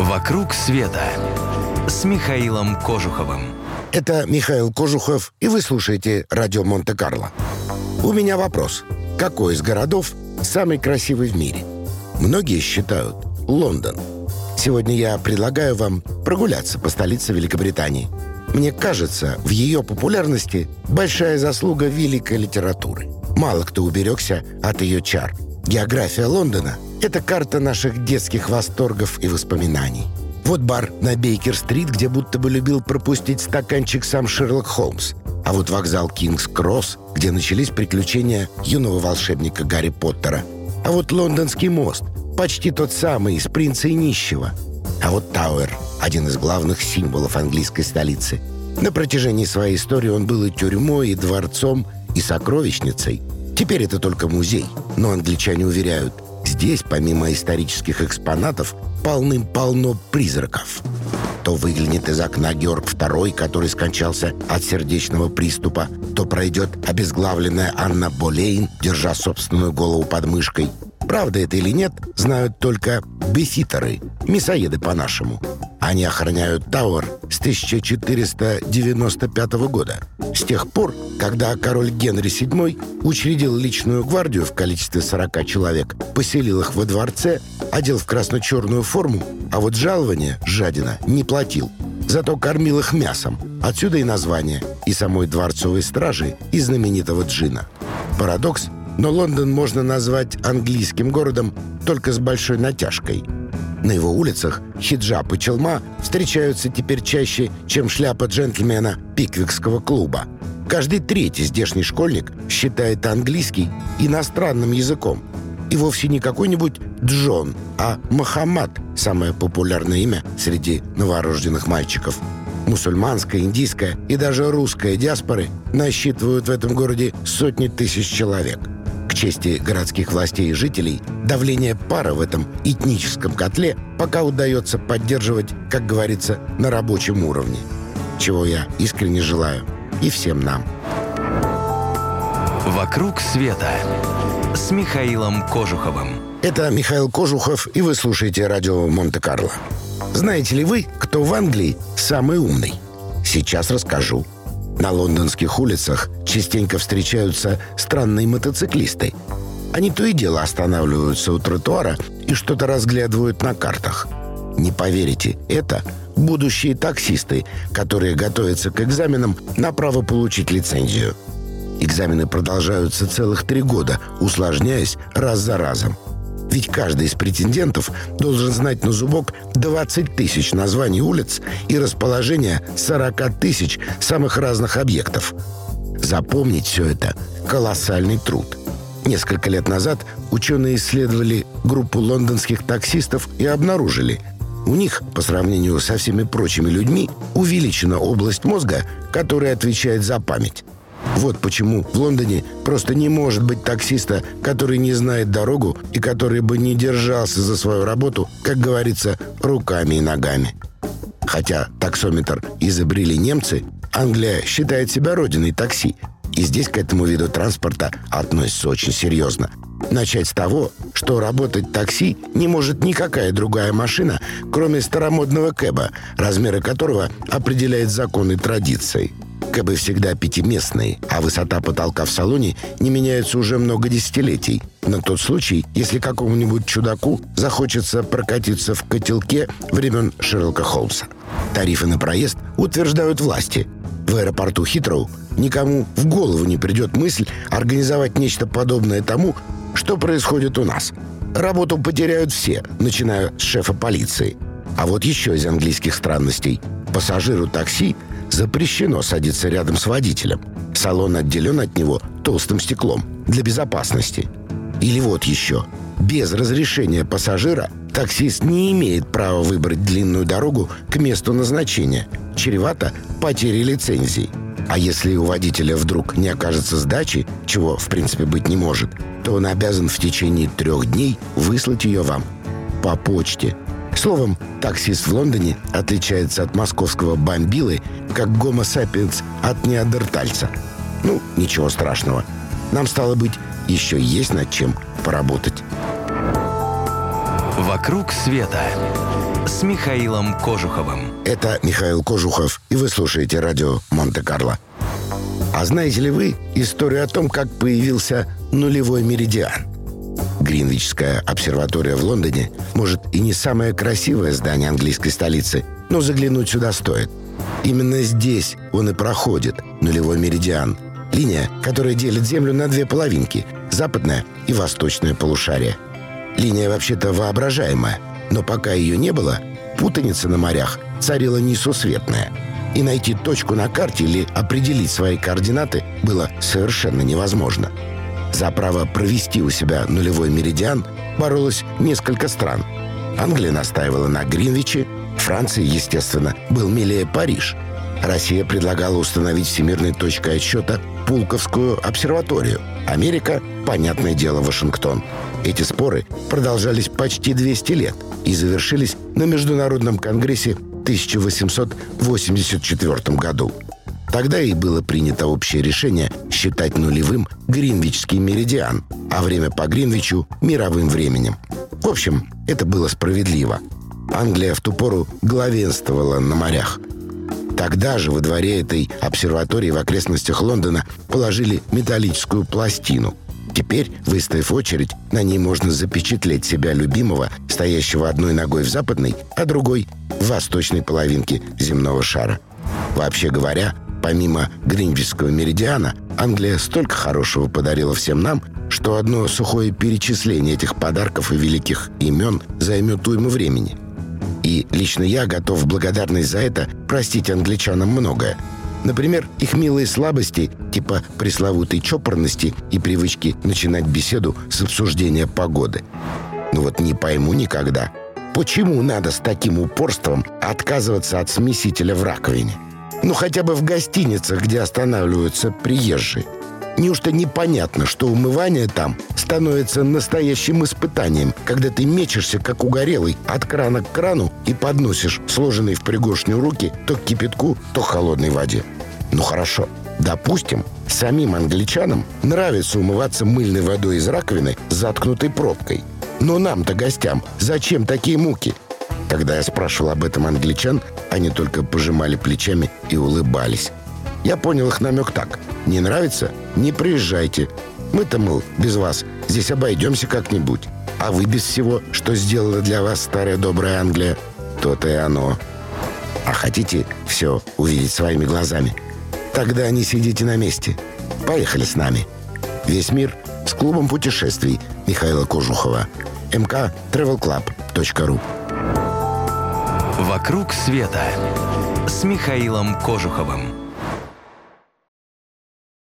«Вокруг света» с Михаилом Кожуховым. Это Михаил Кожухов, и вы слушаете радио Монте-Карло. У меня вопрос. Какой из городов самый красивый в мире? Многие считают Лондон. Сегодня я предлагаю вам прогуляться по столице Великобритании. Мне кажется, в ее популярности большая заслуга великой литературы. Мало кто уберегся от ее чар. География Лондона — это карта наших детских восторгов и воспоминаний. Вот бар на Бейкер-стрит, где будто бы любил пропустить стаканчик сам Шерлок Холмс. А вот вокзал Кингс-Кросс, где начались приключения юного волшебника Гарри Поттера. А вот Лондонский мост, почти тот самый из «Принца и нищего». А вот Тауэр, один из главных символов английской столицы. На протяжении своей истории он был и тюрьмой, и дворцом, и сокровищницей. Теперь это только музей, но англичане уверяют, здесь, помимо исторических экспонатов, полным-полно призраков. То выглянет из окна Георг II, который скончался от сердечного приступа, то пройдет обезглавленная Анна Болейн, держа собственную голову под мышкой. Правда это или нет, знают только бефитеры, мясоеды по-нашему. Они охраняют Тауэр с 1495 года. С тех пор, когда король Генри VII учредил личную гвардию в количестве 40 человек, поселил их во дворце, одел в красно-черную форму, а вот жалования жадина не платил. Зато кормил их мясом. Отсюда и название, и самой дворцовой стражи, и знаменитого джина. Парадокс, но Лондон можно назвать английским городом только с большой натяжкой. На его улицах хиджаб и челма встречаются теперь чаще, чем шляпа джентльмена пиквикского клуба. Каждый третий здешний школьник считает английский иностранным языком. И вовсе не какой-нибудь Джон, а Мохаммад – самое популярное имя среди новорожденных мальчиков. Мусульманская, индийская и даже русская диаспоры насчитывают в этом городе сотни тысяч человек. К чести городских властей и жителей, давление пара в этом этническом котле пока удается поддерживать, как говорится, на рабочем уровне. Чего я искренне желаю и всем нам. «Вокруг света» с Михаилом Кожуховым. Это Михаил Кожухов, и вы слушаете радио Монте-Карло. Знаете ли вы, кто в Англии самый умный? Сейчас расскажу. На лондонских улицах частенько встречаются странные мотоциклисты. Они то и дело останавливаются у тротуара и что-то разглядывают на картах. Не поверите, это будущие таксисты, которые готовятся к экзаменам на право получить лицензию. Экзамены продолжаются целых 3 года, усложняясь раз за разом. Ведь каждый из претендентов должен знать на зубок 20 тысяч названий улиц и расположение 40 тысяч самых разных объектов. Запомнить все это – колоссальный труд. Несколько лет назад ученые исследовали группу лондонских таксистов и обнаружили – у них, по сравнению со всеми прочими людьми, увеличена область мозга, которая отвечает за память. Вот почему в Лондоне просто не может быть таксиста, который не знает дорогу и который бы не держался за свою работу, как говорится, руками и ногами. Хотя таксометр изобрели немцы, Англия считает себя родиной такси. И здесь к этому виду транспорта относятся очень серьезно. Начать с того, что работать такси не может никакая другая машина, кроме старомодного кэба, размеры которого определяет законы традиции. Кэбы всегда 5-местные, а высота потолка в салоне не меняется уже много десятилетий. На тот случай, если какому-нибудь чудаку захочется прокатиться в котелке времен Шерлока Холмса. Тарифы на проезд утверждают власти. В аэропорту Хитроу никому в голову не придет мысль организовать нечто подобное тому, что происходит у нас. Работу потеряют все, начиная с шефа полиции. А вот еще из английских странностей. Пассажиру такси запрещено садиться рядом с водителем. Салон отделен от него толстым стеклом для безопасности. Или вот еще. Без разрешения пассажира таксист не имеет права выбрать длинную дорогу к месту назначения. Чревато потерей лицензии. А если у водителя вдруг не окажется сдачи, чего в принципе быть не может, то он обязан в течение 3 дней выслать ее вам по почте. Словом, таксист в Лондоне отличается от московского бомбилы, как гомо сапиенс от неандертальца. Ну, ничего страшного. Нам, стало быть, еще есть над чем поработать. «Вокруг света» с Михаилом Кожуховым. Это Михаил Кожухов, и вы слушаете радио Монте-Карло. А знаете ли вы историю о том, как появился нулевой меридиан? Гринвичская обсерватория в Лондоне, может, и не самое красивое здание английской столицы, но заглянуть сюда стоит. Именно здесь он и проходит, нулевой меридиан. Линия, которая делит Землю на две половинки – западное и восточное полушария. Линия вообще-то воображаемая, но пока ее не было, путаница на морях царила несусветная. И найти точку на карте или определить свои координаты было совершенно невозможно. За право провести у себя нулевой меридиан боролось несколько стран. Англия настаивала на Гринвиче, Франции, естественно, был милее Париж. Россия предлагала установить всемирной точкой отсчета Пулковскую обсерваторию. Америка, понятное дело, Вашингтон. Эти споры продолжались почти 200 лет и завершились на Международном конгрессе в 1884 году. Тогда и было принято общее решение считать нулевым Гринвичский меридиан, а время по Гринвичу – мировым временем. В общем, это было справедливо. Англия в ту пору главенствовала на морях. Тогда же во дворе этой обсерватории в окрестностях Лондона положили металлическую пластину. Теперь, выставив очередь, на ней можно запечатлеть себя любимого, стоящего одной ногой в западной, а другой в восточной половинке земного шара. Вообще говоря, помимо Гринвичского меридиана, Англия столько хорошего подарила всем нам, что одно сухое перечисление этих подарков и великих имен займет уйму времени. И лично я готов в благодарность за это простить англичанам многое. Например, их милые слабости, типа пресловутой чопорности и привычки начинать беседу с обсуждения погоды. Но вот не пойму никогда, почему надо с таким упорством отказываться от смесителя в раковине? Ну, хотя бы в гостиницах, где останавливаются приезжие. Неужто непонятно, что умывание там становится настоящим испытанием, когда ты мечешься, как угорелый, от крана к крану и подносишь сложенные в пригоршню руки то к кипятку, то к холодной воде? Ну хорошо, допустим, самим англичанам нравится умываться мыльной водой из раковины с заткнутой пробкой. Но нам-то, гостям, зачем такие муки? Когда я спрашивал об этом англичан, они только пожимали плечами и улыбались. Я понял их намек так: не нравится – не приезжайте. Мы-то, мол, без вас здесь обойдемся как-нибудь. А вы без всего, что сделала для вас старая добрая Англия, то-то и оно. А хотите все увидеть своими глазами? Тогда не сидите на месте. Поехали с нами. Весь мир с клубом путешествий Михаила Кожухова. mktravelclub.ru. «Вокруг света» с Михаилом Кожуховым.